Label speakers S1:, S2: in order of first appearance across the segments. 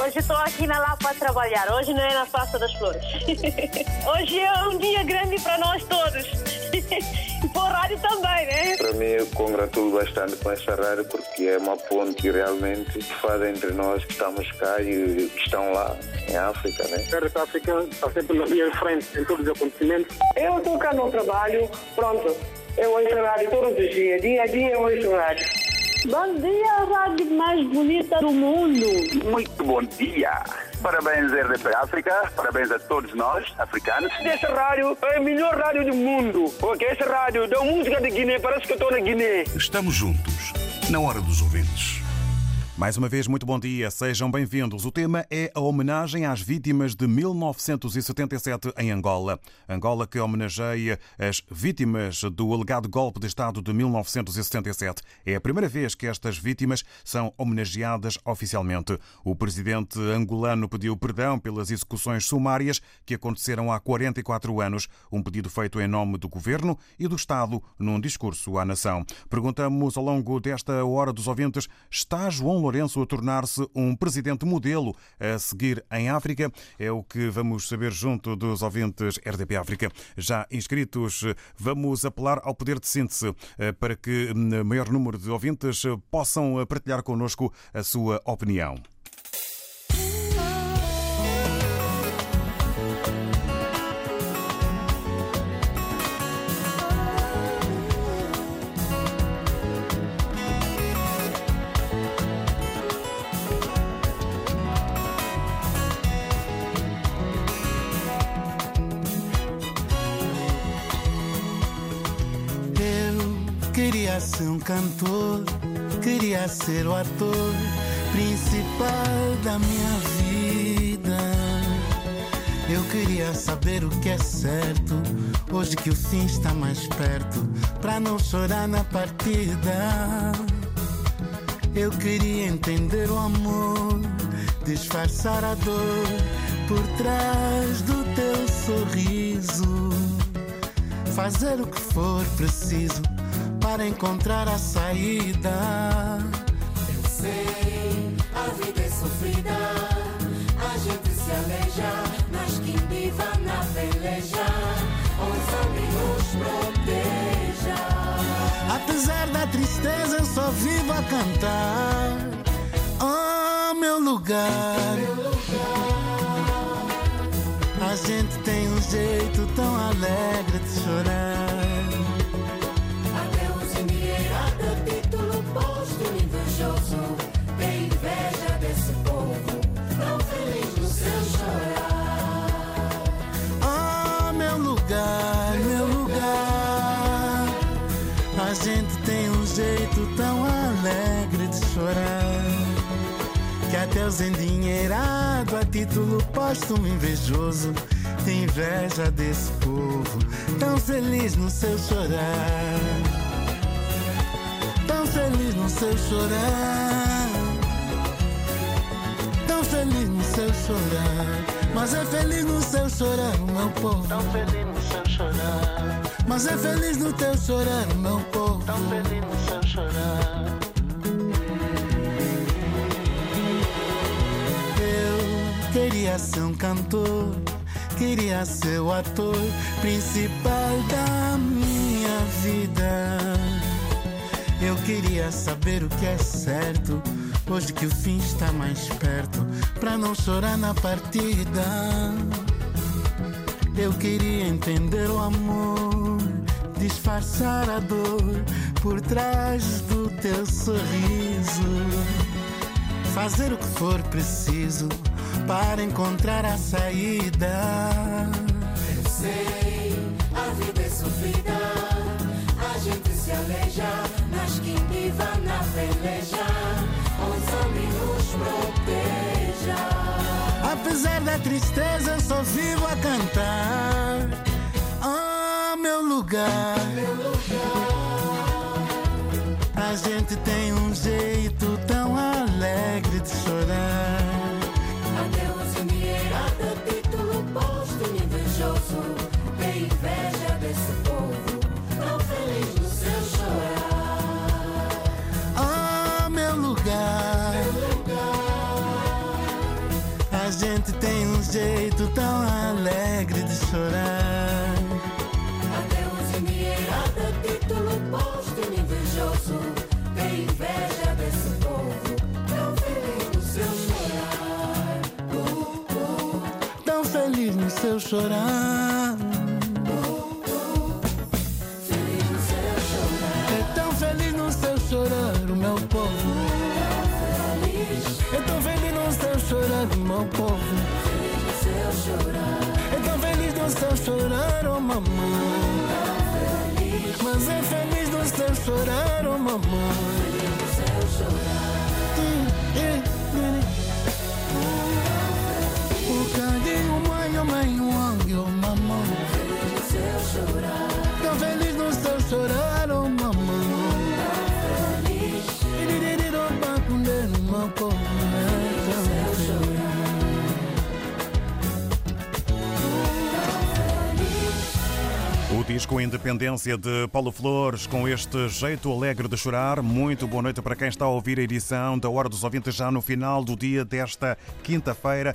S1: Hoje estou aqui na Lapa a trabalhar, hoje não é na Praça das Flores. Hoje é um dia grande para nós todos. E para o rádio também, né?
S2: Para mim, eu congratulo bastante com essa rádio porque é uma ponte realmente que faz entre nós que estamos cá e que estão lá em África, né?
S3: A África está sempre na linha de frente em todos os acontecimentos.
S4: Eu estou cá no trabalho, pronto. Eu ouço rádio todos os dias, dia a dia eu ouço rádio.
S1: Bom dia, a rádio mais bonita do mundo.
S5: Muito bom dia. Parabéns, RDP África. Parabéns a todos nós, africanos.
S3: Essa rádio é a melhor rádio do mundo. Porque essa rádio dá música de Guiné, parece que eu estou na Guiné.
S6: Estamos juntos, na hora dos ouvintes.
S7: Mais uma vez, muito bom dia, sejam bem-vindos. O tema é a homenagem às vítimas de 1977 em Angola. Angola que homenageia as vítimas do alegado golpe de Estado de 1977. É a primeira vez que estas vítimas são homenageadas oficialmente. O presidente angolano pediu perdão pelas execuções sumárias que aconteceram há 44 anos. Um pedido feito em nome do governo e do Estado num discurso à nação. Perguntamos ao longo desta hora dos ouvintes, está João Lourenço a tornar-se um presidente modelo a seguir em África? É o que vamos saber junto dos ouvintes RDP África. Já inscritos, vamos apelar ao poder de síntese para que o maior número de ouvintes possam partilhar connosco a sua opinião.
S8: Queria ser um cantor, queria ser o ator principal da minha vida. Eu queria saber o que é certo, hoje que o fim está mais perto, pra não chorar na partida. Eu queria entender o amor, disfarçar a dor por trás do teu sorriso, fazer o que for preciso para encontrar a saída.
S9: Eu sei, a vida é sofrida, a gente se aleja, mas quem viva na peleja, os amigos proteja.
S8: Apesar da tristeza, eu só vivo a cantar. Oh, meu lugar,
S9: meu lugar.
S8: A gente tem um jeito tão alegre de chorar.
S9: Tem inveja desse povo, tão feliz no seu chorar.
S8: Oh, meu lugar, meu lugar. A gente tem um jeito tão alegre de chorar, que até os endinheirados a título póstumo invejoso tem inveja desse povo, tão feliz no seu chorar. Tão feliz no seu chorar, tão feliz no seu chorar, mas é feliz no seu chorar, o meu povo.
S9: Tão feliz no seu chorar,
S8: mas é feliz no teu chorar, o meu povo.
S9: tão feliz no seu chorar.
S8: Eu queria ser um cantor, queria ser o ator principal da minha vida. Eu queria saber o que é certo, hoje que o fim está mais perto, pra não chorar na partida. Eu queria entender o amor, disfarçar a dor por trás do teu sorriso, fazer o que for preciso para encontrar a saída.
S9: Eu sei, a vida é sofrida, a gente se aleja, mas quem viva na peleja, os amigos proteja.
S8: Apesar da tristeza, eu só vivo a cantar. Oh, meu lugar,
S9: meu lugar.
S8: A gente tem um jeito tão alegre de chorar.
S9: Adeus, endinheirada, título posto invejoso, tem inveja desse povo, tão feliz no seu chorar.
S8: Oh, meu lugar,
S9: meu lugar.
S8: A gente tem um jeito tão alegre de chorar.
S9: Adeus endinheirada, título posto invejoso. Tem inveja desse povo, tão feliz no seu chorar.
S8: Tão feliz no seu chorar.
S9: Feliz no seu chorar.
S8: É tão feliz no seu chorar, o meu povo. É tão feliz no seu chorar, o meu povo.
S9: Feliz no seu chorar.
S8: É tão feliz no seu chorar, oh mamãe. Mas é feliz no seu chorar, oh mamãe.
S9: Feliz no seu chorar.
S8: O cadinho, mãe, oh mãe, oh mamãe.
S9: Feliz no seu chorar.
S8: Tão feliz no seu chorar, oh mamãe.
S9: Feliz.
S8: Ele não vai comer no meu povo.
S7: O disco Independência de Paulo Flores, com este jeito alegre de chorar. Muito boa noite para quem está a ouvir a edição da Hora dos Ouvintes já no final do dia desta quinta-feira,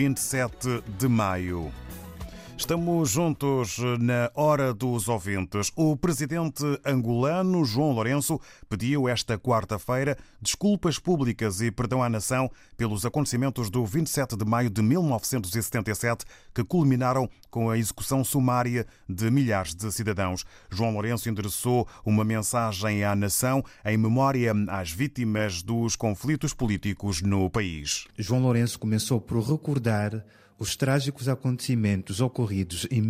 S7: 27 de maio. Estamos juntos na Hora dos Ouvintes. O presidente angolano, João Lourenço, pediu esta quarta-feira desculpas públicas e perdão à nação pelos acontecimentos do 27 de maio de 1977, que culminaram com a execução sumária de milhares de cidadãos. João Lourenço endereçou uma mensagem à nação em memória às vítimas dos conflitos políticos no país.
S10: João Lourenço começou por recordar os trágicos acontecimentos ocorridos em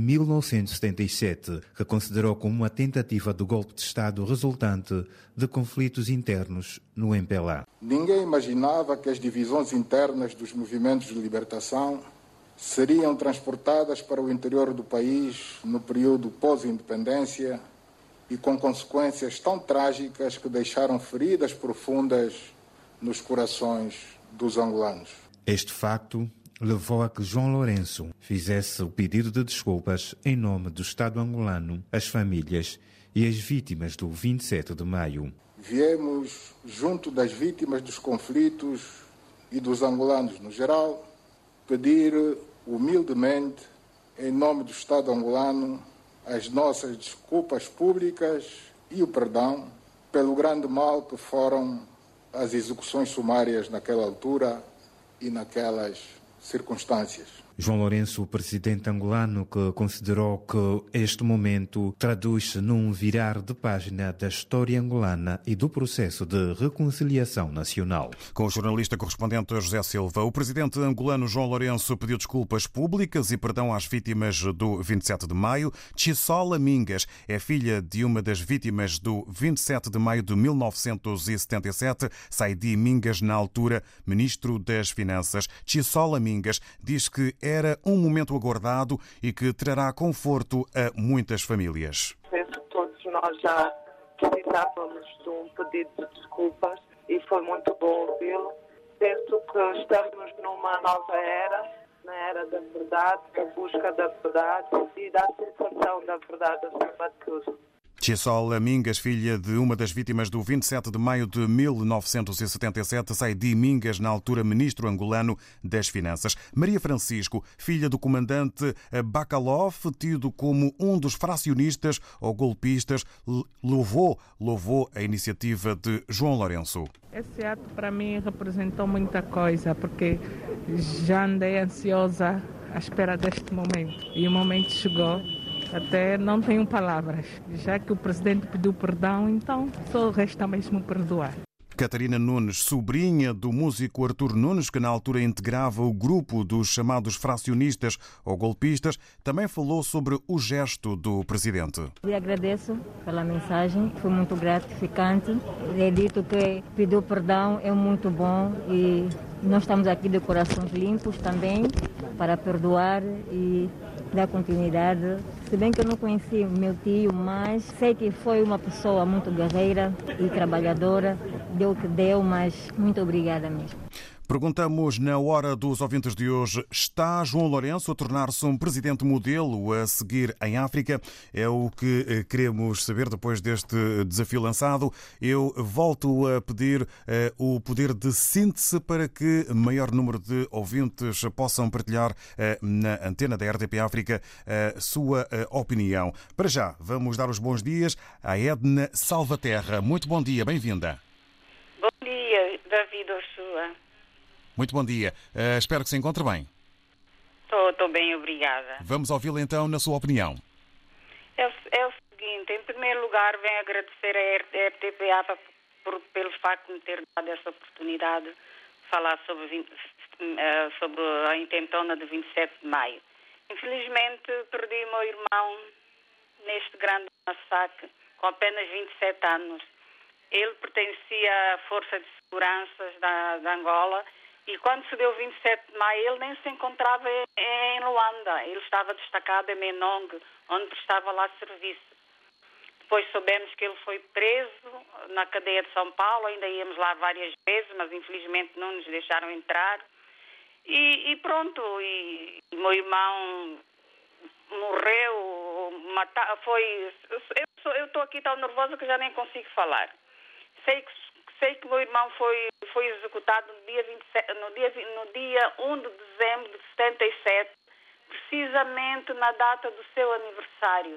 S10: 1977, que considerou como uma tentativa de golpe de Estado resultante de conflitos internos no MPLA.
S11: Ninguém imaginava que as divisões internas dos movimentos de libertação seriam transportadas para o interior do país no período pós-independência e com consequências tão trágicas que deixaram feridas profundas nos corações dos angolanos.
S10: Este facto levou a que João Lourenço fizesse o pedido de desculpas em nome do Estado angolano, as famílias e as vítimas do 27 de maio.
S11: Viemos junto das vítimas dos conflitos e dos angolanos no geral, pedir humildemente, em nome do Estado angolano, as nossas desculpas públicas e o perdão pelo grande mal que foram as execuções sumárias naquela altura e naquelas circunstâncias.
S10: João Lourenço, o presidente angolano, que considerou que este momento traduz-se num virar de página da história angolana e do processo de reconciliação nacional.
S7: Com o jornalista correspondente José Silva, o presidente angolano João Lourenço pediu desculpas públicas e perdão às vítimas do 27 de maio. Chisola Mingas é filha de uma das vítimas do 27 de maio de 1977. Saidi Mingas, na altura, ministro das Finanças. Chisola Mingas diz que era um momento aguardado e que trará conforto a muitas famílias.
S12: Penso que todos nós já precisávamos de um pedido de desculpas e foi muito bom ouvi-lo. Penso que estamos numa nova era, na era da verdade, da busca da verdade e da aceitação da verdade acima de tudo.
S7: Chisola Mingas, filha de uma das vítimas do 27 de maio de 1977, Saidi Mingas, na altura ministro angolano das Finanças. Maria Francisco, filha do comandante Bacalov, tido como um dos fracionistas ou golpistas, louvou a iniciativa de João Lourenço.
S13: Esse ato para mim representou muita coisa, porque já andei ansiosa à espera deste momento e o momento chegou. Até não tenho palavras. Já que o presidente pediu perdão, então só resta mesmo perdoar.
S7: Catarina Nunes, sobrinha do músico Artur Nunes, que na altura integrava o grupo dos chamados fracionistas ou golpistas, também falou sobre o gesto do presidente.
S14: Eu agradeço pela mensagem, foi muito gratificante. É dito que pedir perdão é muito bom e nós estamos aqui de corações limpos também para perdoar e dar continuidade. Se bem que eu não conheci meu tio, mas sei que foi uma pessoa muito guerreira e trabalhadora. Deu o que deu, mas muito obrigada mesmo.
S7: Perguntamos na hora dos ouvintes de hoje: está João Lourenço a tornar-se um presidente modelo a seguir em África? É o que queremos saber depois deste desafio lançado. Eu volto a pedir o poder de síntese para que maior número de ouvintes possam partilhar na antena da RDP África a sua opinião. Para já, vamos dar os bons dias à Edna Salvaterra. Muito bom dia, bem-vinda.
S15: Bom dia, David Ochoa.
S7: Muito bom dia. Espero que se encontre bem.
S15: Estou bem, obrigada.
S7: Vamos ouvi-la então na sua opinião.
S15: É o seguinte, em primeiro lugar, venho agradecer à RTP APA pelo facto de me ter dado essa oportunidade de falar sobre a intentona de 27 de maio. Infelizmente, perdi o meu irmão neste grande massacre, com apenas 27 anos. Ele pertencia à Força de Seguranças da Angola. E quando se deu 27 de maio, ele nem se encontrava em Luanda. Ele estava destacado em Menong, onde prestava lá serviço. Depois soubemos que ele foi preso na cadeia de São Paulo. Ainda íamos lá várias vezes, mas infelizmente não nos deixaram entrar. E pronto, e meu irmão morreu, eu estou aqui tão nervosa que já nem consigo falar. Sei que meu irmão foi executado no dia 1 de dezembro de 77, precisamente na data do seu aniversário.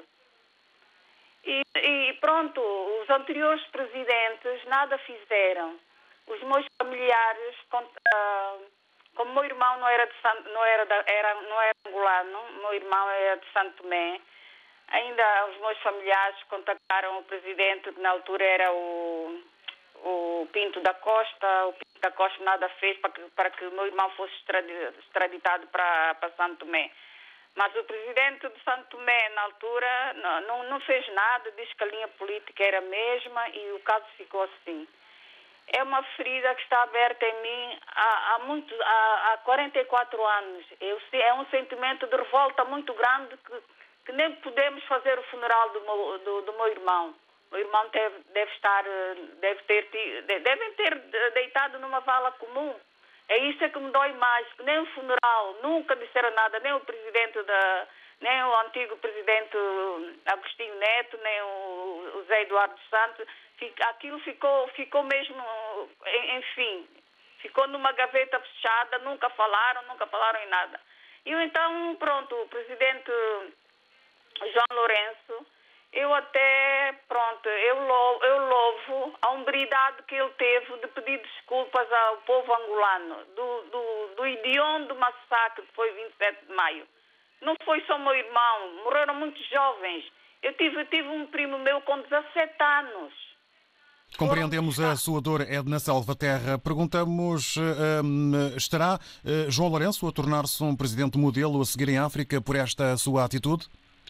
S15: E pronto, os anteriores presidentes nada fizeram. Os meus familiares, como meu irmão não era angolano, meu irmão era de Santo Tomé, ainda os meus familiares contactaram o presidente, que na altura era o Pinto da Costa. O Pinto da Costa nada fez para que o meu irmão fosse extraditado para Santo Tomé. Mas o presidente de Santo Tomé, na altura, não fez nada, disse que a linha política era a mesma e o caso ficou assim. É uma ferida que está aberta em mim há 44 anos. É um sentimento de revolta muito grande que nem podemos fazer o funeral do meu irmão. O irmão devem ter deitado numa vala comum. É isso que me dói mais, que nem o funeral, nunca disseram nada, nem nem o antigo presidente Agostinho Neto, nem o Zé Eduardo Santos. Aquilo ficou mesmo, enfim, ficou numa gaveta fechada, nunca falaram em nada. E então, pronto, o presidente João Lourenço, eu louvo a hombridade que ele teve de pedir desculpas ao povo angolano do hediondo massacre que foi 27 de maio. Não foi só meu irmão, morreram muitos jovens. Eu tive um primo meu com 17 anos.
S7: Compreendemos a sua dor, Edna Salvaterra. Perguntamos, estará João Lourenço a tornar-se um presidente modelo a seguir em África por esta sua atitude?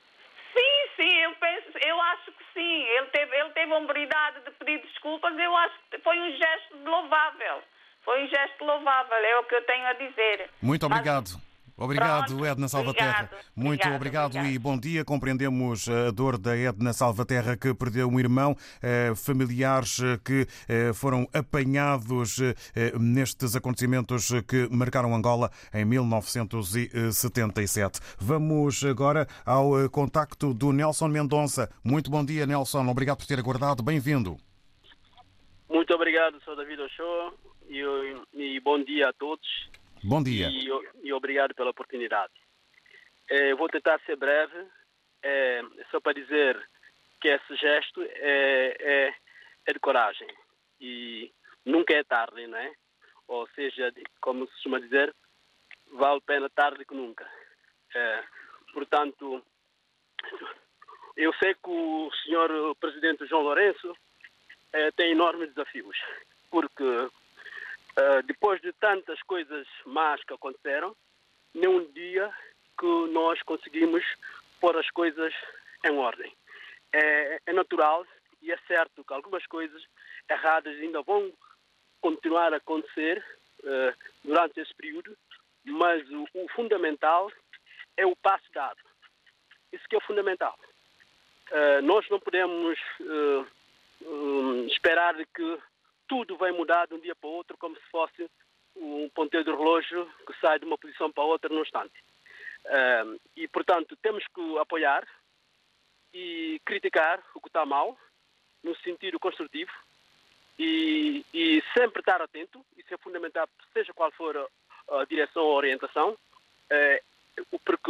S15: Eu acho que sim. Ele teve a hombridade de pedir desculpas. Eu acho que foi um gesto louvável. É o que eu tenho a dizer.
S7: Muito obrigado. Obrigado,
S15: Pronto,
S7: Edna Salvaterra. Muito obrigado e bom dia. Compreendemos a dor da Edna Salvaterra, que perdeu um irmão, familiares que foram apanhados nestes acontecimentos que marcaram Angola em 1977. Vamos agora ao contacto do Nelson Mendonça. Muito bom dia, Nelson. Obrigado por ter aguardado. Bem-vindo.
S16: Muito obrigado, Sr. David Ochoa, e bom dia a todos.
S7: Bom dia.
S16: E obrigado pela oportunidade. Vou tentar ser breve, só para dizer que esse gesto é de coragem e nunca é tarde, não é? Ou seja, como se costuma dizer, vale a pena tarde que nunca. Portanto, eu sei que o senhor presidente João Lourenço tem enormes desafios, porque depois de tantas coisas más que aconteceram, nem um dia que nós conseguimos pôr as coisas em ordem. É natural e é certo que algumas coisas erradas ainda vão continuar a acontecer durante esse período, mas o fundamental é o passo dado. Isso que é o fundamental. Nós não podemos esperar que tudo vai mudar de um dia para o outro como se fosse um ponteiro de relógio que sai de uma posição para outra num instante. E, portanto, temos que apoiar e criticar o que está mal, no sentido construtivo, e sempre estar atento. Isso é fundamental, seja qual for a direção ou a orientação, porque,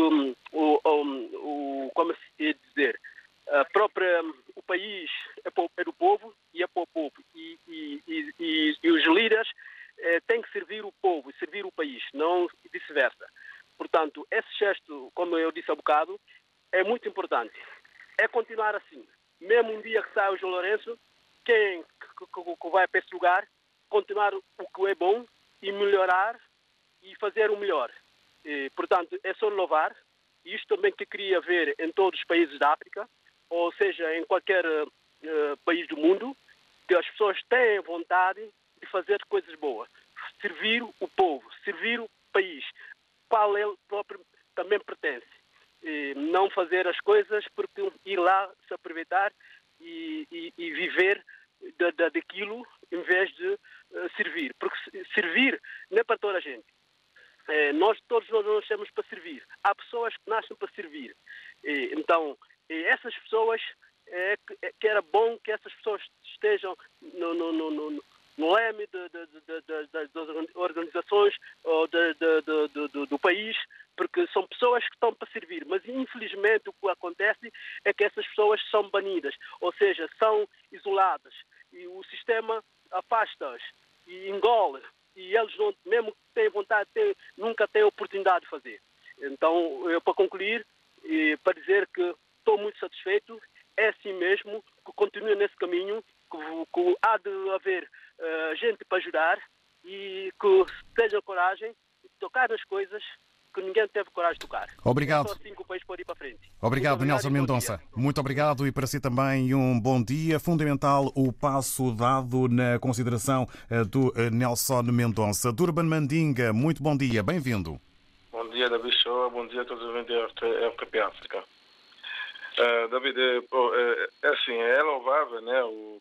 S16: como se ia dizer, o país é do povo e é para o povo. E os líderes têm que servir o povo e servir o país, não vice-versa. Portanto, esse gesto, como eu disse há bocado, é muito importante. É continuar assim. Mesmo um dia que sai o João Lourenço, quem que vai para esse lugar, continuar o que é bom e melhorar e fazer o melhor. Portanto, é só louvar. E isto também que queria ver em todos os países da África, ou seja, em qualquer país do mundo, que as pessoas têm vontade de fazer coisas boas. Servir o povo, servir o país, qual ele próprio também pertence. Não fazer as coisas porque ir lá se aproveitar e viver daquilo em vez de servir. Porque servir não é para toda a gente. Todos nós nascemos para servir. Há pessoas que nascem para servir. Então, essas pessoas, que era bom que essas pessoas estejam no leme das organizações ou do país, porque são pessoas que estão para servir. Mas, infelizmente, o que acontece é que essas pessoas são banidas, ou seja, são isoladas. E o sistema afasta-as e engole. E eles, mesmo que tenham vontade, nunca têm a oportunidade de fazer. Então, para concluir, para dizer que estou muito satisfeito, é assim mesmo, que continue nesse caminho, que há de haver gente para ajudar e que tenha coragem de tocar nas coisas que ninguém teve coragem de tocar.
S7: Obrigado.
S16: É só assim que o país pode ir para frente.
S7: Obrigado, Nelson Mendonça. Muito obrigado e para si também um bom dia. Fundamental o passo dado na consideração do Nelson Mendonça. Durban Mandinga, muito bom dia, bem-vindo.
S17: Bom dia, David Shoa, bom dia a todos os ouvintes da RTP África. David, é assim, é louvável, né,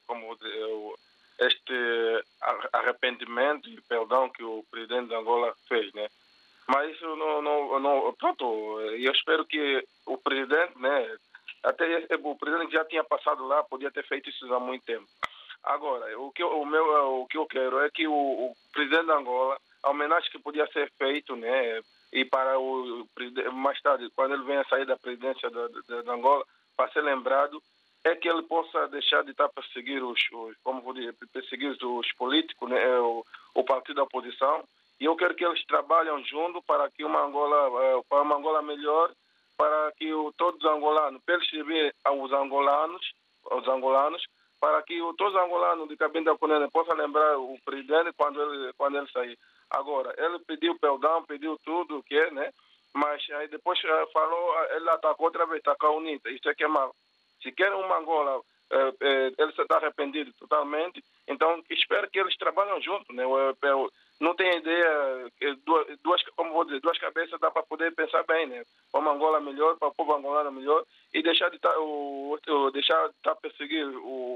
S17: este arrependimento e perdão que o presidente de Angola fez, né? Mas isso não pronto, eu espero que o presidente, né, até o presidente já tinha passado lá, podia ter feito isso há muito tempo. Agora, o que eu quero é que o presidente de Angola, a homenagem que podia ser feito, né, e para o mais tarde, quando ele venha sair da presidência de Angola, para ser lembrado, é que ele possa deixar de estar a perseguir perseguir os políticos, né, o partido da oposição. E eu quero que eles trabalhem juntos para que uma Angola melhor, para que todos os angolanos, para eles servir aos angolanos, para que todos os angolanos de Cabinda da Cunene possam lembrar o presidente quando ele sair. Agora, ele pediu perdão, pediu tudo o que é, né? Mas aí depois falou, ele atacou outra vez, atacou a UNITA. Isso é que é mal. Se querem uma Angola, ele se está arrependido totalmente, então espero que eles trabalhem juntos, né? Não tem ideia, duas cabeças dá para poder pensar bem, né? Para uma Angola melhor, para o povo angolano melhor, e deixar de estar perseguir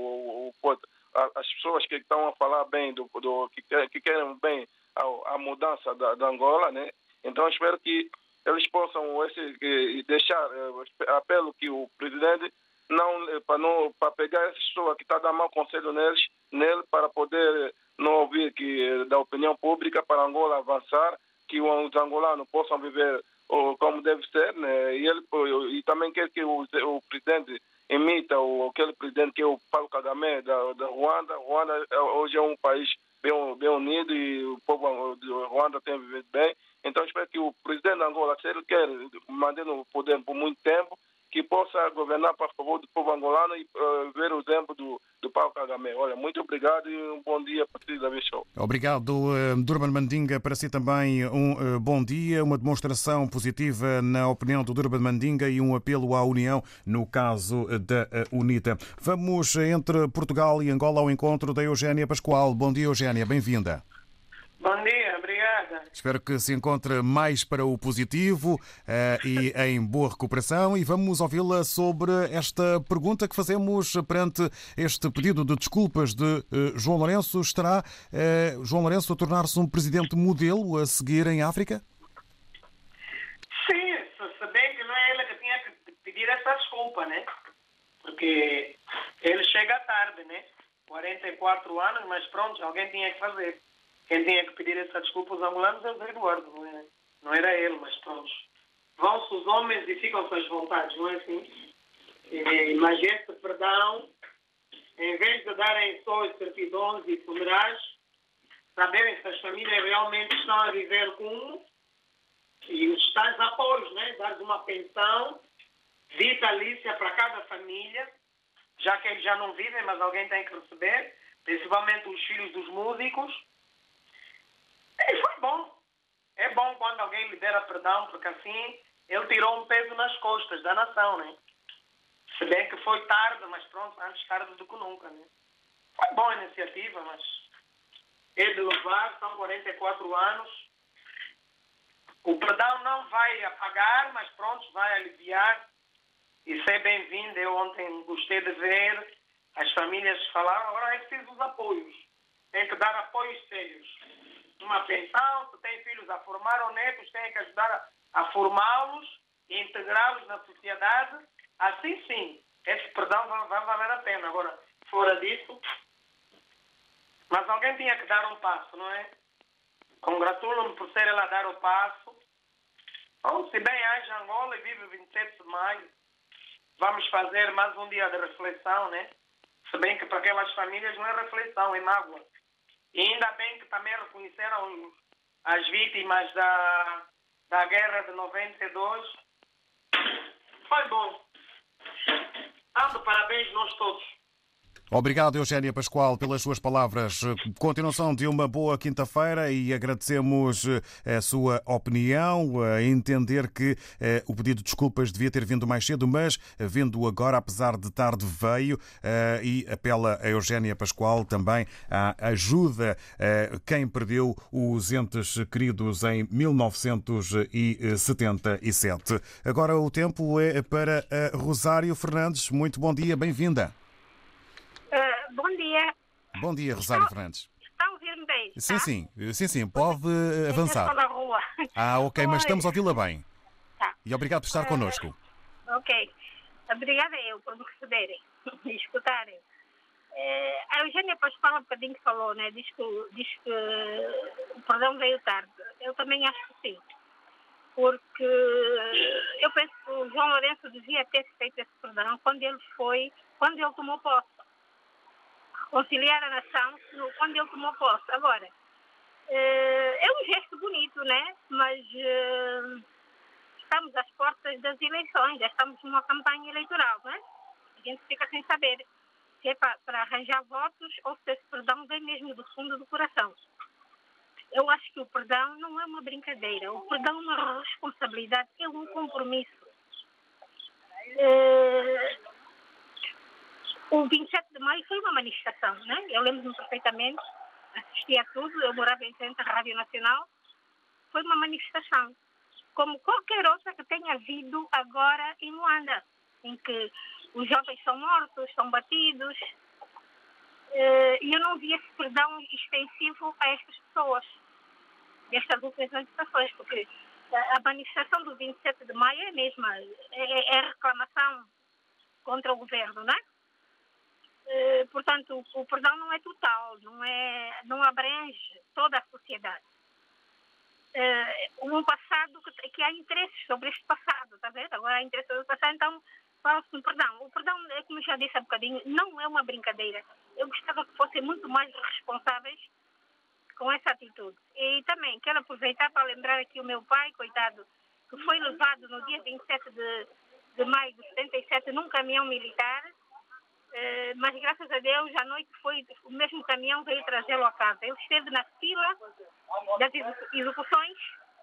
S17: as pessoas que estão a falar bem, que querem bem a mudança da Angola, né? Então espero que eles possam deixar apelo que o presidente para pegar essa pessoa que está dando mau conselho nele para poder não ouvir da opinião pública para Angola avançar, que os angolanos possam viver como deve ser, né? E também quer que o presidente imita aquele presidente que é o Paulo Kagame da Ruanda. Ruanda hoje é um país bem unido e o povo de Ruanda tem vivido bem. Então espero que o presidente de Angola, se ele quer manter no poder por muito tempo, que possa governar para favor do povo angolano e ver o exemplo do Paulo Kagame. Olha, muito obrigado e um bom dia para ti, David Show.
S7: Obrigado, Durban Mandinga. Para si também um bom dia, uma demonstração positiva na opinião do Durban Mandinga e um apelo à união no caso da UNITA. Vamos entre Portugal e Angola ao encontro da Eugénia Pascoal. Bom dia, Eugénia, bem-vinda.
S4: Bom dia, obrigada.
S7: Espero que se encontre mais para o positivo e em boa recuperação. E vamos ouvi-la sobre esta pergunta que fazemos perante este pedido de desculpas de João Lourenço. Estará João Lourenço a tornar-se um presidente modelo a seguir em África?
S18: Sim, se bem que não é ele que tinha que pedir essa desculpa, né? Porque ele chega tarde, né? 44 anos, mas pronto, alguém tinha que fazer. Quem tinha que pedir essa desculpa aos angolanos é o Zé Eduardo, não era ele, mas pronto. Vão-se os homens e ficam-se as vontades, não é assim? Mas esse perdão, em vez de darem só as certidões e funerais, saberem se as famílias realmente estão a viver como, e os tais apoios, né? Dar uma pensão vitalícia para cada família, já que eles já não vivem, mas alguém tem que receber, principalmente os filhos dos músicos. E foi bom. É bom quando alguém libera perdão, porque assim ele tirou um peso nas costas da nação, né? Se bem que foi tarde, mas pronto, antes tarde do que nunca, né? Foi boa a iniciativa, mas é de levar, são 44 anos. O perdão não vai apagar, mas pronto, vai aliviar. E ser bem-vindo. Eu ontem gostei de ver as famílias falaram, agora é preciso os apoios. Tem que dar apoios sérios. Uma pensão, se tem filhos a formar ou netos, tem que ajudar a formá-los e integrá-los na sociedade. Assim sim, esse perdão vai valer a pena. Agora, fora disso, mas alguém tinha que dar um passo, não é? Congratulo-me por ser ela a dar o passo. Ou, se bem haja Angola e vive 27 de maio, vamos fazer mais um dia de reflexão, né? Se bem que para aquelas famílias não é reflexão, é mágoa. E ainda bem que também reconheceram as vítimas da guerra de 92. Foi bom. Dando parabéns nós todos.
S7: Obrigado, Eugénia Pascoal, pelas suas palavras. Continuação de uma boa quinta-feira e agradecemos a sua opinião, a entender que o pedido de desculpas devia ter vindo mais cedo, mas vindo agora, apesar de tarde, veio e apela a Eugénia Pascoal também à ajuda a quem perdeu os entes queridos em 1977. Agora o tempo é para a Rosário Fernandes. Muito bom dia, bem-vinda.
S19: Bom dia.
S7: Bom dia, Rosário Fernandes.
S19: Está a ouvir-me bem? Tá?
S7: Sim, pode avançar.
S19: Estou na rua.
S7: Ok, mas estamos a ouvi-la bem.
S19: Tá.
S7: E obrigado por estar connosco.
S19: Ok. Obrigada eu por me receberem e escutarem. A Eugénia Pascoal há bocadinho que falou, né? Diz que o perdão veio tarde. Eu também acho que sim. Porque eu penso que o João Lourenço devia ter feito esse perdão quando ele tomou posse. Conciliar a nação quando ele tomou posse. Agora, é um gesto bonito, né? Mas estamos às portas das eleições, já estamos numa campanha eleitoral, não é? A gente fica sem saber se é para arranjar votos ou se esse perdão vem mesmo do fundo do coração. Eu acho que o perdão não é uma brincadeira. O perdão é uma responsabilidade, é um compromisso. O 27 de maio foi uma manifestação, né? Eu lembro-me perfeitamente, assisti a tudo, eu morava em frente à Rádio Nacional. Foi uma manifestação, como qualquer outra que tenha havido agora em Luanda, em que os jovens são mortos, são batidos. E eu não vi esse perdão extensivo a estas pessoas, destas últimas manifestações, porque a manifestação do 27 de maio é a mesma, é reclamação contra o governo, não é? Portanto, o perdão não é total, não abrange toda a sociedade. Um passado que há interesses sobre este passado, está vendo? Agora há interesses sobre o passado, então fala-se no perdão. O perdão, como eu já disse há bocadinho, não é uma brincadeira. Eu gostava que fossem muito mais responsáveis com essa atitude. E também quero aproveitar para lembrar aqui o meu pai, coitado, que foi levado no dia 27 de maio de 77 num caminhão militar. Mas graças a Deus à noite o mesmo caminhão veio trazê-lo a casa. Ele esteve na fila das execuções.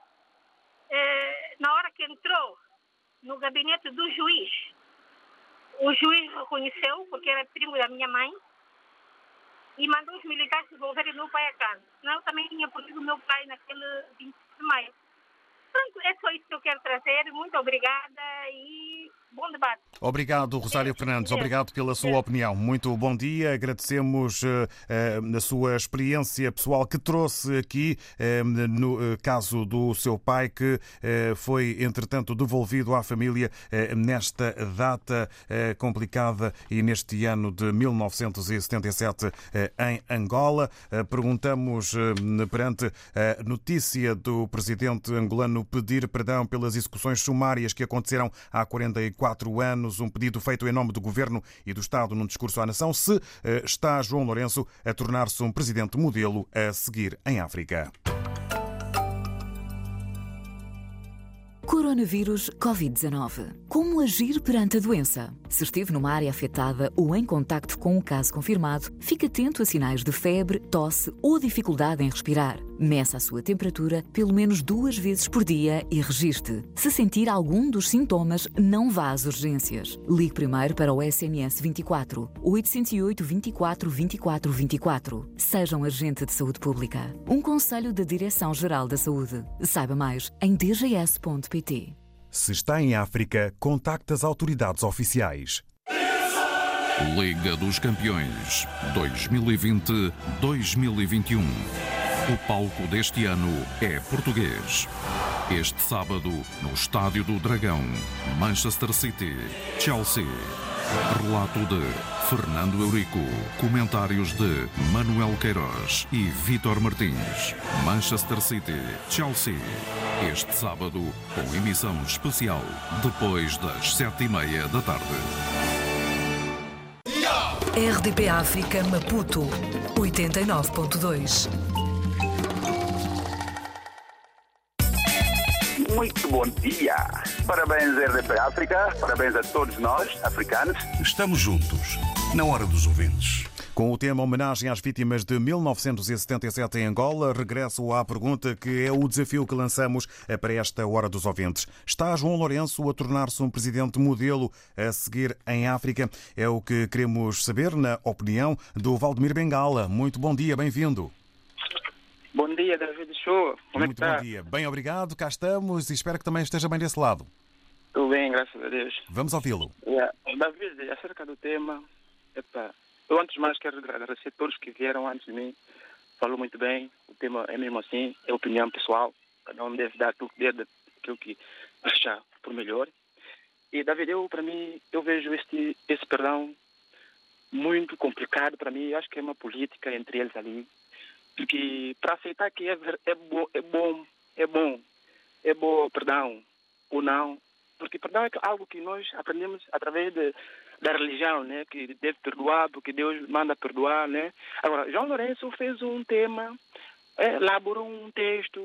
S19: Na hora que entrou no gabinete do juiz, o juiz reconheceu, porque era primo da minha mãe, e mandou os militares devolverem o meu pai a casa. Senão eu também tinha perdido o meu pai naquele 25 de maio. Pronto, é só isso que eu quero trazer. Muito obrigada e bom debate.
S7: Obrigado, Rosário Fernandes. Obrigado pela sua opinião. Muito bom dia. Agradecemos a sua experiência pessoal que trouxe aqui no caso do seu pai, que foi, entretanto, devolvido à família nesta data complicada e neste ano de 1977 em Angola. Perguntamos, perante a notícia do presidente angolano pedir perdão pelas execuções sumárias que aconteceram há 44 anos, um pedido feito em nome do Governo e do Estado num discurso à nação, se está João Lourenço a tornar-se um presidente modelo a seguir em África.
S20: Coronavírus Covid-19. Como agir perante a doença? Se esteve numa área afetada ou em contacto com um caso confirmado, fique atento a sinais de febre, tosse ou dificuldade em respirar. Meça a sua temperatura pelo menos 2 vezes por dia e registre. Se sentir algum dos sintomas, não vá às urgências. Ligue primeiro para o SMS 24 808 24 24 24. Seja um agente de saúde pública. Um conselho da Direção-Geral da Saúde. Saiba mais em dgs.pt.
S7: Se está em África, contacte as autoridades oficiais.
S21: Liga dos Campeões 2020-2021. O palco deste ano é português. Este sábado, no Estádio do Dragão, Manchester City, Chelsea. Relato de Fernando Eurico. Comentários de Manuel Queiroz e Vítor Martins. Manchester City, Chelsea. Este sábado, com emissão especial, depois das 7h30 da tarde.
S22: RDP África, Maputo, 89.2.
S5: Muito bom dia. Parabéns, RDP África. Parabéns a todos nós, africanos.
S6: Estamos juntos, na hora dos ouvintes.
S7: Com o tema homenagem às vítimas de 1977 em Angola, regresso à pergunta que é o desafio que lançamos para esta Hora dos Ouvintes. Está João Lourenço a tornar-se um presidente modelo a seguir em África? É o que queremos saber na opinião do Valdemir Bengala. Muito bom dia, bem-vindo.
S23: Bom dia, David Show. Como é que está?
S7: Muito bom dia. Bem, obrigado. Cá estamos e espero que também esteja bem desse lado.
S23: Tudo bem, graças a Deus.
S7: Vamos ouvi-lo.
S23: David, acerca do tema, eu antes de mais quero agradecer a todos que vieram antes de mim. Falou muito bem. O tema é mesmo assim, é opinião pessoal. Cada um deve dar aquilo que achar por melhor. E, David, para mim, eu vejo esse perdão muito complicado para mim. Eu acho que é uma política entre eles ali. Porque para aceitar que é bom perdão ou não, porque perdão é algo que nós aprendemos através da religião, né? Que deve perdoar porque Deus manda perdoar, né? Agora, João Lourenço fez um tema, elaborou um texto,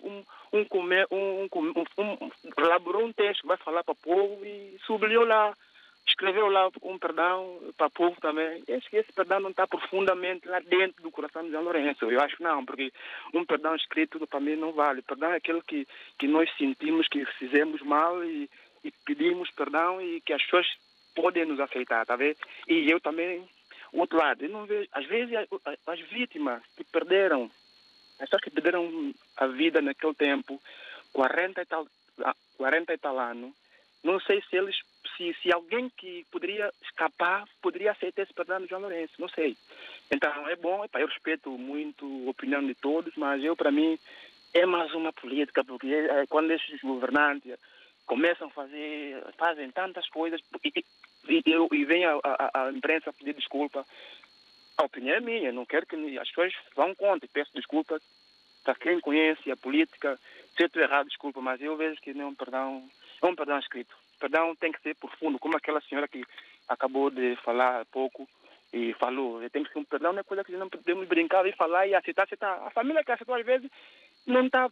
S23: elaborou um texto que vai falar para o povo e sublinhou lá. Escreveu lá um perdão para o povo também. Acho que esse perdão não está profundamente lá dentro do coração de João Lourenço. Eu acho não, porque um perdão escrito para mim não vale. Perdão é aquele que nós sentimos que fizemos mal e pedimos perdão e que as pessoas podem nos aceitar, tá vendo? E eu também, o outro lado, eu não vejo, às vezes as vítimas que perderam, as pessoas que perderam a vida naquele tempo, 40 e tal anos, não sei se alguém que poderia escapar poderia aceitar esse perdão de João Lourenço, não sei. Então é bom, eu respeito muito a opinião de todos, mas para mim é mais uma política, porque quando esses governantes começam fazem tantas coisas e vem a imprensa pedir desculpa, a opinião é minha, não quero que as pessoas vão contra e peço desculpa para quem conhece a política. Se eu estou errado, desculpa, mas eu vejo que não é um perdão escrito. O perdão tem que ser profundo, como aquela senhora que acabou de falar há pouco e falou. Tem que ser um perdão, não é coisa que não podemos brincar e falar e aceitar. A família que aceitou às vezes não está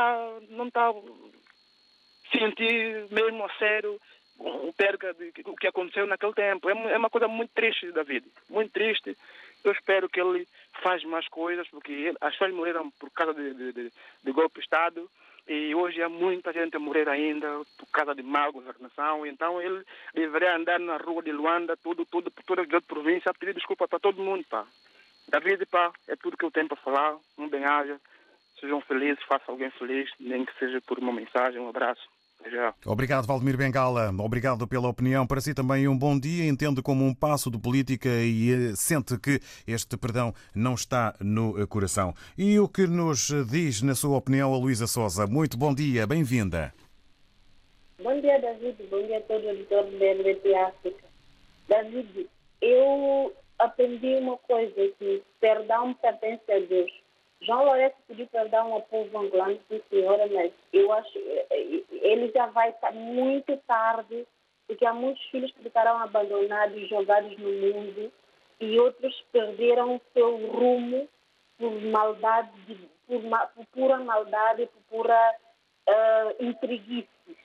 S23: sentir mesmo a sério perca do que aconteceu naquele tempo. É uma coisa muito triste da vida, muito triste. Eu espero que ele faz mais coisas, porque as pessoas morreram por causa de golpe de Estado. E hoje há muita gente a morrer ainda por causa de má governação. Então ele deveria andar na rua de Luanda, por toda a província, a pedir desculpa para todo mundo, pá. David, pá, é tudo que eu tenho para falar. Um bem-aja. Sejam felizes, façam alguém feliz, nem que seja por uma mensagem. Um abraço. Já.
S7: Obrigado, Valdemir Bengala. Obrigado pela opinião. Para si também um bom dia. Entendo como um passo de política e sente que este perdão não está no coração. E o que nos diz, na sua opinião, a Luísa Sousa? Muito bom dia, bem-vinda.
S1: Bom dia, David. Bom dia a todos os editores da RDP África. David, eu aprendi uma coisa, que perdão pertence a Deus. João Lourenço pediu perdão ao povo angolano, sim, senhora, mas eu acho que ele já vai estar muito tarde, porque há muitos filhos que ficaram abandonados e jogados no mundo e outros perderam o seu rumo por maldade, por pura maldade, por pura intriguices.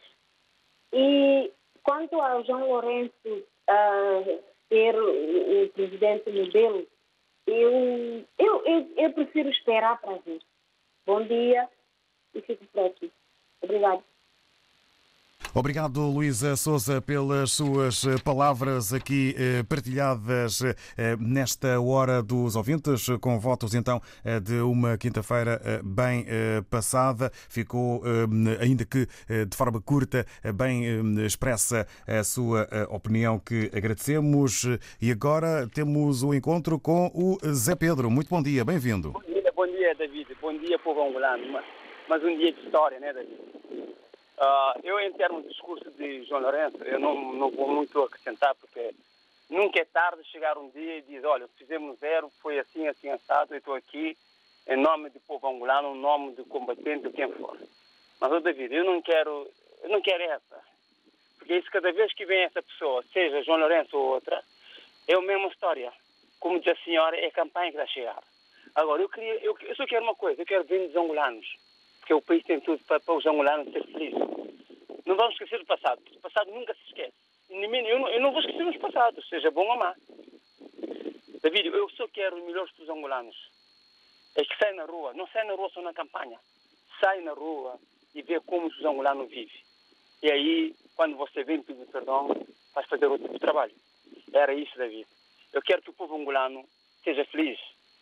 S1: E quanto ao João Lourenço ser o presidente modelo, eu prefiro esperar para ver. Bom dia e fico por aqui. Obrigado.
S7: Obrigado, Luísa Sousa, pelas suas palavras aqui partilhadas nesta hora dos ouvintes, com votos então de uma quinta-feira bem passada. Ficou, ainda que de forma curta, bem expressa a sua opinião, que agradecemos. E agora temos o encontro com o Zé Pedro. Muito bom dia, bem-vindo.
S2: Bom dia, David. Bom dia, povo angolano. Mas um dia de história, né, David? Eu, em termos de discurso de João Lourenço, eu não vou muito acrescentar, porque nunca é tarde chegar um dia e dizer, olha, fizemos zero, foi assim, assim, assado, eu estou aqui em nome do povo angolano, em nome do combatente, de quem for. Mas, David, eu não quero essa. Porque isso, cada vez que vem essa pessoa, seja João Lourenço ou outra, é a mesma história. Como diz a senhora, é a campanha que vai chegar. Agora, eu só quero uma coisa, eu quero ver os angolanos. Porque o país tem tudo para os angolanos ser felizes. Não vamos esquecer do passado. O passado nunca se esquece. Eu não vou esquecer dos passados, seja bom ou má. David, eu só quero os melhores para os angolanos. É que sai na rua. Não sai na rua só na campanha. Sai na rua e vê como os angolanos vivem. E aí, quando você vem pedir perdão, vai fazer outro tipo de trabalho. Era isso, David. Eu quero que o povo angolano seja feliz.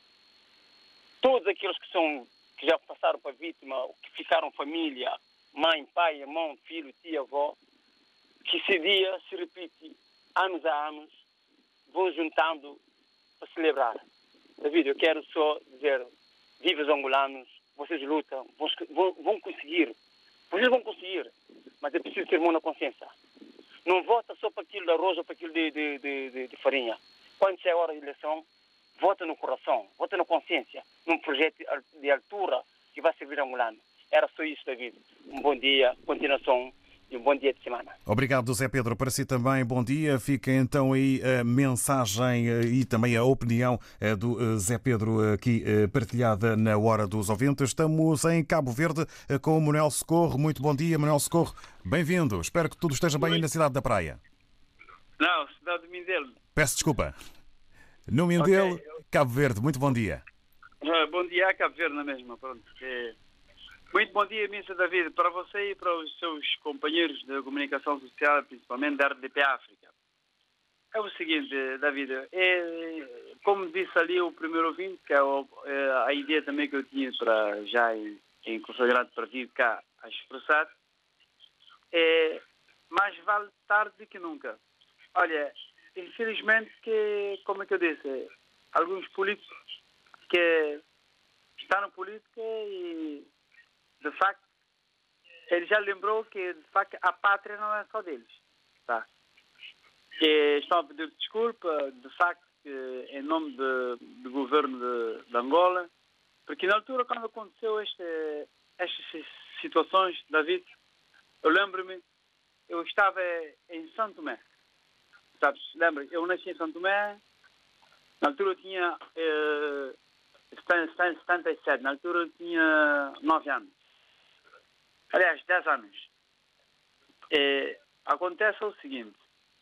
S2: Todos aqueles que já passaram para vítima, que ficaram família, mãe, pai, irmão, filho, tia, avó, que esse dia se repite anos a anos, vão juntando para celebrar. David, eu quero só dizer, viva os angolanos, vocês lutam, vão conseguir. Vocês vão conseguir, mas é preciso ter mão na consciência. Não vota só para aquilo de arroz ou para aquilo de farinha. Quando é a hora de eleição, vota no coração, vota na consciência, num projeto de altura que vai servir ao angolano. Era só isso, David. Um bom dia, continuação e um bom dia de semana.
S7: Obrigado, Zé Pedro. Para si também, bom dia. Fica então aí a mensagem e também a opinião do Zé Pedro aqui partilhada na Hora dos Ouvintes. Estamos em Cabo Verde com o Manuel Socorro. Muito bom dia, Manuel Socorro. Bem-vindo. Espero que tudo esteja bem aí na cidade da Praia.
S3: Não, cidade de Mindelo.
S7: Peço desculpa. No Mindelo, okay. Cabo Verde. Muito bom dia.
S3: Bom dia a Cabo Verde na mesma. Pronto. Muito bom dia, Mr. David, para você e para os seus companheiros de comunicação social, principalmente da RDP África. É o seguinte, David, como disse ali o primeiro ouvinte, que é a ideia também que eu tinha para já em consagrado partido cá a expressar, mais vale tarde do que nunca. Olha, infelizmente, como é que eu disse, alguns políticos que estão na política e, de facto, ele já lembrou que, de facto, a pátria não é só deles, tá? Que estão a pedir desculpa, de facto, em nome do governo de Angola, porque na altura, quando aconteceu estas situações, David, eu lembro-me, eu estava em São Tomé. Sabes, lembra? Eu nasci em São Tomé, na altura eu tinha 77, na altura eu tinha 9 anos. Aliás, 10 anos. Acontece o seguinte.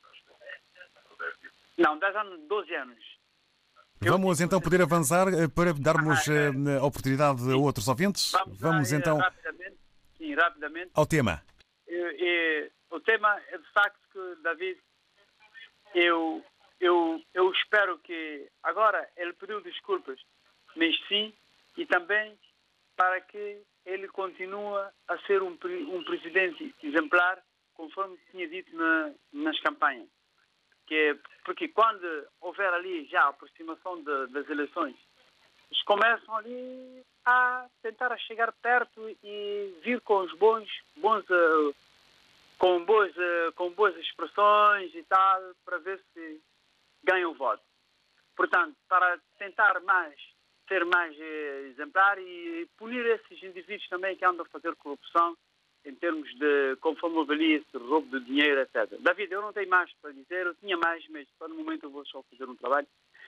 S3: Não, 10 anos, 12 anos.
S7: Vamos então poder avançar para darmos oportunidade a outros ouvintes? Vamos então
S3: rapidamente
S7: ao tema.
S3: O tema é de facto que, David, eu eu espero que agora ele pediu desculpas, mas sim, e também para que ele continue a ser um presidente exemplar, conforme tinha dito nas campanhas. Porque quando houver ali já a aproximação das eleições, eles começam ali a tentar chegar perto e vir com os com boas expressões e tal, para ver se ganham o voto. Portanto, para tentar ser mais exemplar e punir esses indivíduos também que andam a fazer corrupção em termos de, conforme eu avalia, roubo de dinheiro, etc. David, eu não tenho mais para dizer, eu tinha mais, mas só no momento eu vou só fazer um trabalho.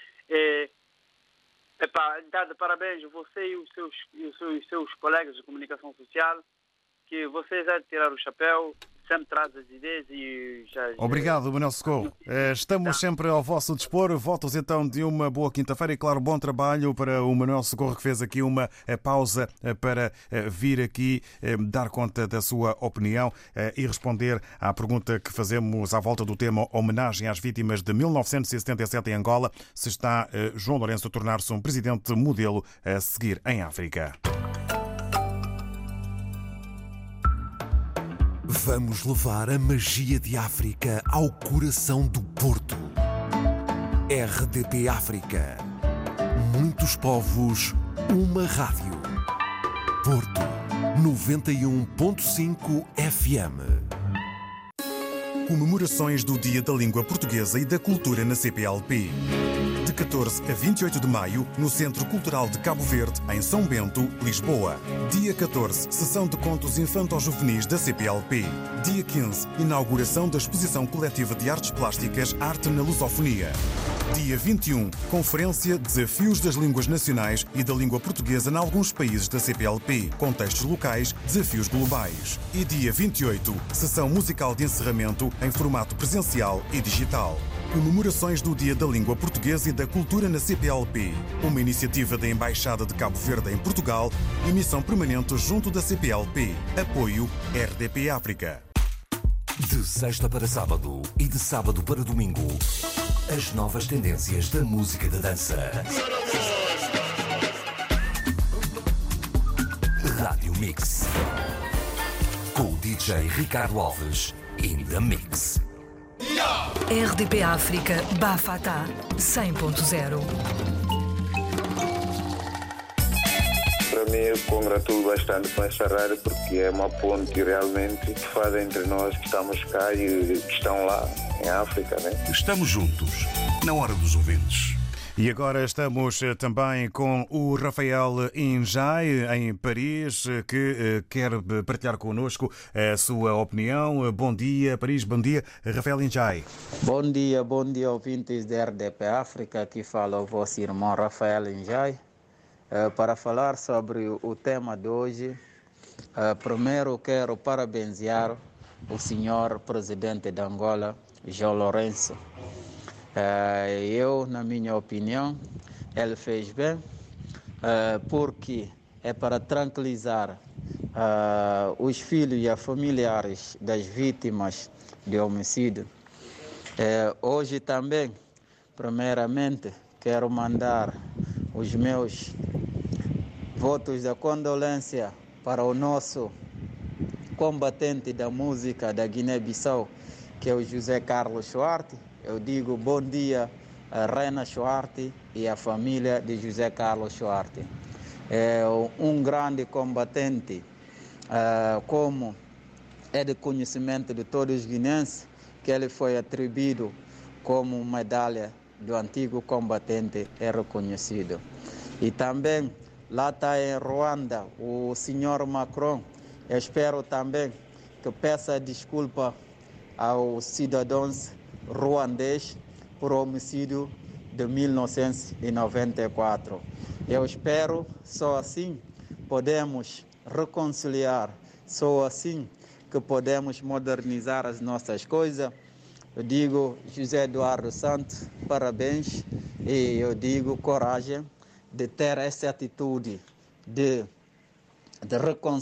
S3: Dar de parabéns a você e os seus colegas de comunicação social, que vocês é de tirar o chapéu, sempre traz as ideias e já...
S7: Obrigado, Manuel Socorro. Estamos sempre ao vosso dispor. Votos então de uma boa quinta-feira e, claro, bom trabalho para o Manuel Socorro, que fez aqui uma pausa para vir aqui dar conta da sua opinião e responder à pergunta que fazemos à volta do tema homenagem às vítimas de 1977 em Angola. Se está João Lourenço a tornar-se um presidente modelo a seguir em África.
S8: Vamos levar a magia de África ao coração do Porto. RDP África. Muitos povos, uma rádio. Porto 91.5 FM.
S7: Comemorações do Dia da Língua Portuguesa e da Cultura na CPLP. De 14 a 28 de maio, no Centro Cultural de Cabo Verde, em São Bento, Lisboa. Dia 14, sessão de contos infanto-juvenis da CPLP. Dia 15, inauguração da exposição coletiva de artes plásticas Arte na Lusofonia. Dia 21, conferência Desafios das Línguas Nacionais e da Língua Portuguesa em alguns países da CPLP, contextos locais, desafios globais. E dia 28, sessão musical de encerramento em formato presencial e digital. Comemorações do Dia da Língua Portuguesa e da Cultura na CPLP. Uma iniciativa da Embaixada de Cabo Verde em Portugal e missão permanente junto da CPLP. Apoio RDP África.
S8: De sexta para sábado e de sábado para domingo, as novas tendências da música da dança. Rádio Mix. Com o DJ Ricardo Alves in the Mix.
S22: RDP África Bafata 100.0.
S9: Para mim, eu congratulo bastante com essa rádio porque é uma ponte realmente que faz entre nós que estamos cá e que estão lá em África, né?
S6: Estamos juntos, na hora dos ouvintes.
S7: E agora estamos também com o Rafael Injai, em Paris, que quer partilhar connosco a sua opinião. Bom dia, Paris, bom dia. Rafael Injai.
S11: Bom dia, ouvintes da RDP África. Aqui fala o vosso irmão Rafael Injai. Para falar sobre o tema de hoje, primeiro quero parabenizar o senhor presidente de Angola, João Lourenço. Eu, na minha opinião, ele fez bem, porque é para tranquilizar os filhos e os familiares das vítimas de homicídio. Hoje também, primeiramente, quero mandar os meus votos de condolência para o nosso combatente da música da Guiné-Bissau, que é o José Carlos Schwartz. Eu digo bom dia a Rena Schwartz e a família de José Carlos Schwartz. É um grande combatente, como é de conhecimento de todos os guineenses, que ele foi atribuído como medalha do antigo combatente é reconhecido. E também, lá está em Ruanda, o senhor Macron. Eu espero também que peça desculpa aos cidadãos ruandês por homicídio de 1994. Eu espero, só assim podemos reconciliar, só assim que podemos modernizar as nossas coisas. Eu digo, José Eduardo Santos, parabéns, e eu digo, coragem de ter essa atitude de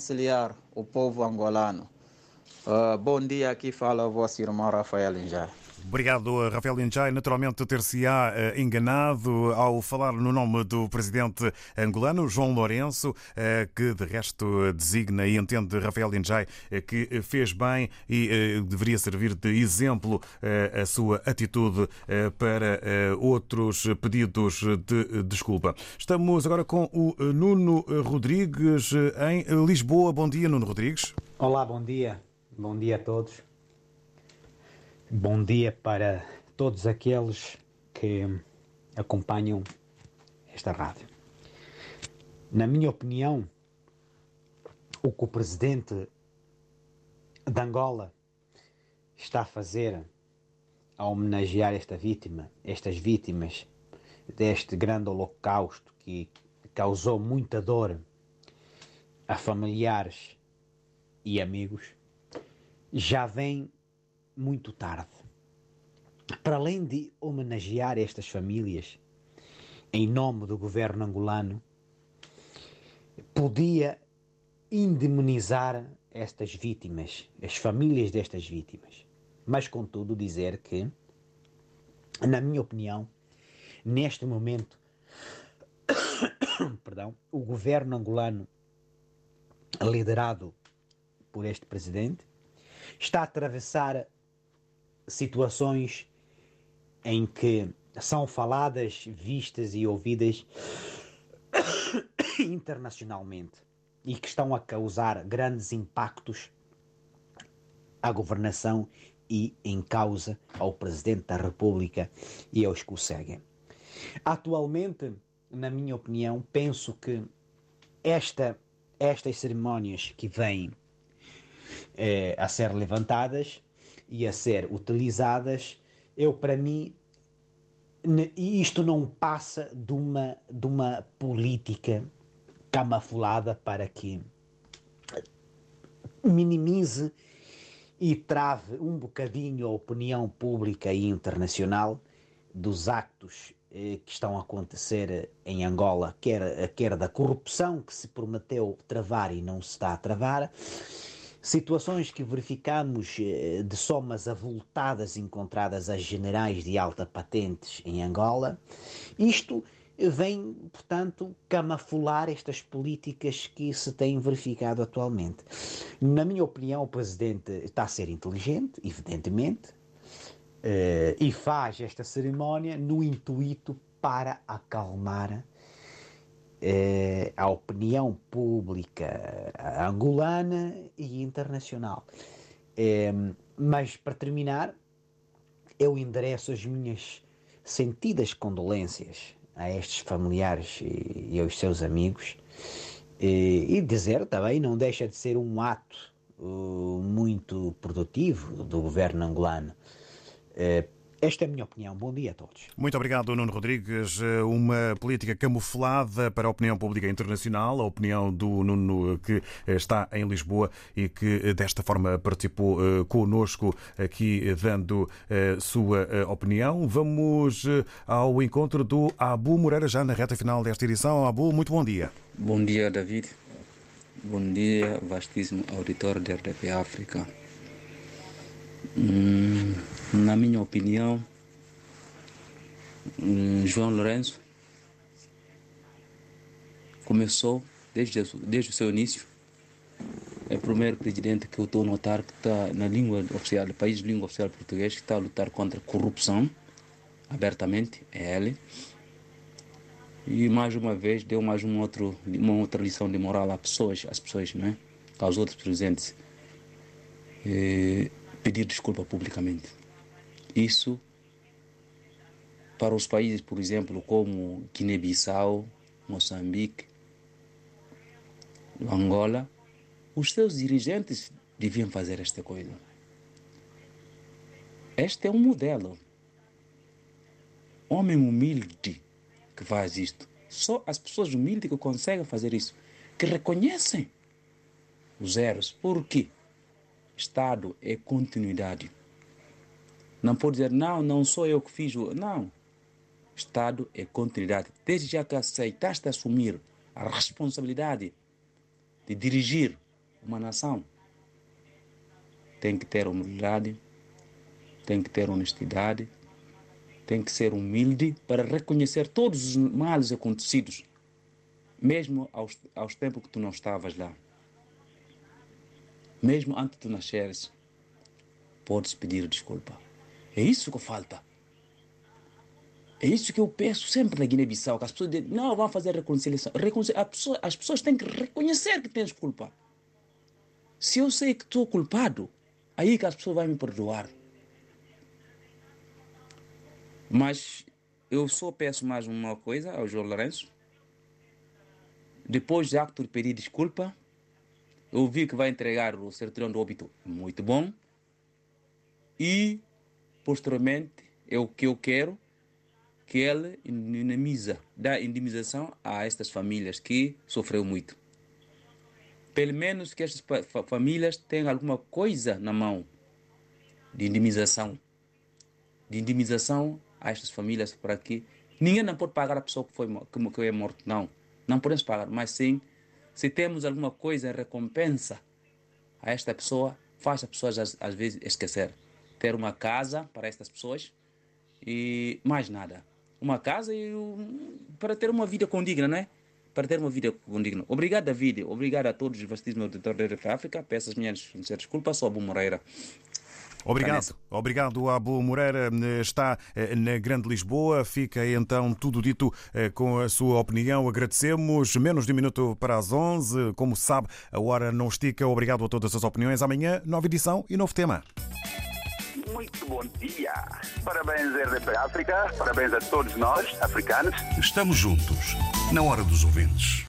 S11: reconciliar o povo angolano. Bom dia, aqui fala o vosso irmão Rafael Injai.
S7: Obrigado, Rafael Injai. Naturalmente ter-se-á enganado ao falar no nome do presidente angolano, João Lourenço, que de resto designa e entende Rafael Injai que fez bem e deveria servir de exemplo a sua atitude para outros pedidos de desculpa. Estamos agora com o Nuno Rodrigues em Lisboa. Bom dia, Nuno Rodrigues.
S10: Olá, bom dia. Bom dia a todos. Bom dia para todos aqueles que acompanham esta rádio. Na minha opinião, o que o presidente de Angola está a fazer a homenagear estas vítimas deste grande holocausto que causou muita dor a familiares e amigos, já vem muito tarde. Para além de homenagear estas famílias em nome do governo angolano, podia indemnizar estas vítimas, as famílias destas vítimas. Mas, contudo, dizer que, na minha opinião, neste momento, o governo angolano, liderado por este presidente, está a atravessar situações em que são faladas, vistas e ouvidas internacionalmente e que estão a causar grandes impactos à governação e em causa ao Presidente da República e aos que o seguem. Atualmente, na minha opinião, penso que estas cerimónias que vêm a ser levantadas e a ser utilizadas, para mim, isto não passa de uma política camuflada para que minimize e trave um bocadinho a opinião pública e internacional dos actos que estão a acontecer em Angola, quer da corrupção que se prometeu travar e não se está a travar, situações que verificamos de somas avultadas encontradas a generais de alta patentes em Angola. Isto vem, portanto, camuflar estas políticas que se têm verificado atualmente. Na minha opinião, o Presidente está a ser inteligente, evidentemente, e faz esta cerimónia no intuito para acalmar a opinião pública angolana e internacional. Mas, para terminar, eu endereço as minhas sentidas condolências a estes familiares e aos seus amigos, e dizer também, não deixa de ser um ato muito produtivo do governo angolano. Esta é a minha opinião. Bom dia a todos.
S7: Muito obrigado, Nuno Rodrigues. Uma política camuflada para a opinião pública internacional, a opinião do Nuno, que está em Lisboa e que desta forma participou connosco aqui dando sua opinião. Vamos ao encontro do Abu Moreira, já na reta final desta edição. Abu, muito bom dia.
S12: Bom dia, David. Bom dia, vastíssimo auditório da RDP África. Na minha opinião, João Lourenço começou desde o seu início. É o primeiro presidente que eu estou a notar que está na língua oficial, do país de língua oficial português, que está a lutar contra a corrupção abertamente, é ele. E mais uma vez deu mais uma outra lição de moral às pessoas, não é? Aos outros presentes. Pedir desculpa publicamente. Isso, para os países, por exemplo, como Guiné-Bissau, Moçambique, Angola, os seus dirigentes deviam fazer esta coisa. Este é um modelo. Homem humilde que faz isto. Só as pessoas humildes que conseguem fazer isso, que reconhecem os erros. Por quê? Estado é continuidade. Não pode dizer, não sou eu que fiz. Não. Estado é continuidade. Desde já que aceitaste assumir a responsabilidade de dirigir uma nação, tem que ter humildade, tem que ter honestidade, tem que ser humilde para reconhecer todos os males acontecidos, mesmo aos tempos que tu não estavas lá. Mesmo antes de tu nasceres, podes pedir desculpa. É isso que falta. É isso que eu peço sempre na Guiné-Bissau, que as pessoas dizem, não, vão fazer reconciliação. As pessoas têm que reconhecer que tens culpa. Se eu sei que estou culpado, aí que as pessoas vão me perdoar. Mas eu só peço mais uma coisa ao João Lourenço. Depois de acto de pedir desculpa, eu vi que vai entregar o certidão de óbito muito bom. E, posteriormente, o que eu quero que ele dá indemnização a estas famílias que sofreu muito. Pelo menos que estas famílias tenham alguma coisa na mão de indemnização. De indemnização a estas famílias para que ninguém não pode pagar a pessoa que é morta. Não podemos pagar, mas sim, se temos alguma coisa em recompensa a esta pessoa, faz as pessoas às vezes esquecer. Ter uma casa para estas pessoas e mais nada. Uma casa para ter uma vida condigna, não é? Para ter uma vida condigna. Obrigado, David. Obrigado a todos os vastíssimos auditores da RFI África. Peço as minhas sinceras desculpas. Sou Abu Moreira.
S7: Obrigado. Obrigado, Abu Moreira. Está na Grande Lisboa. Fica então tudo dito com a sua opinião. Agradecemos. Menos de um minuto para as 11. Como sabe, a hora não estica. Obrigado a todas as opiniões. Amanhã, nova edição e novo tema.
S5: Muito bom dia. Parabéns, RDP África. Parabéns a todos nós, africanos.
S6: Estamos juntos, na hora dos ouvintes.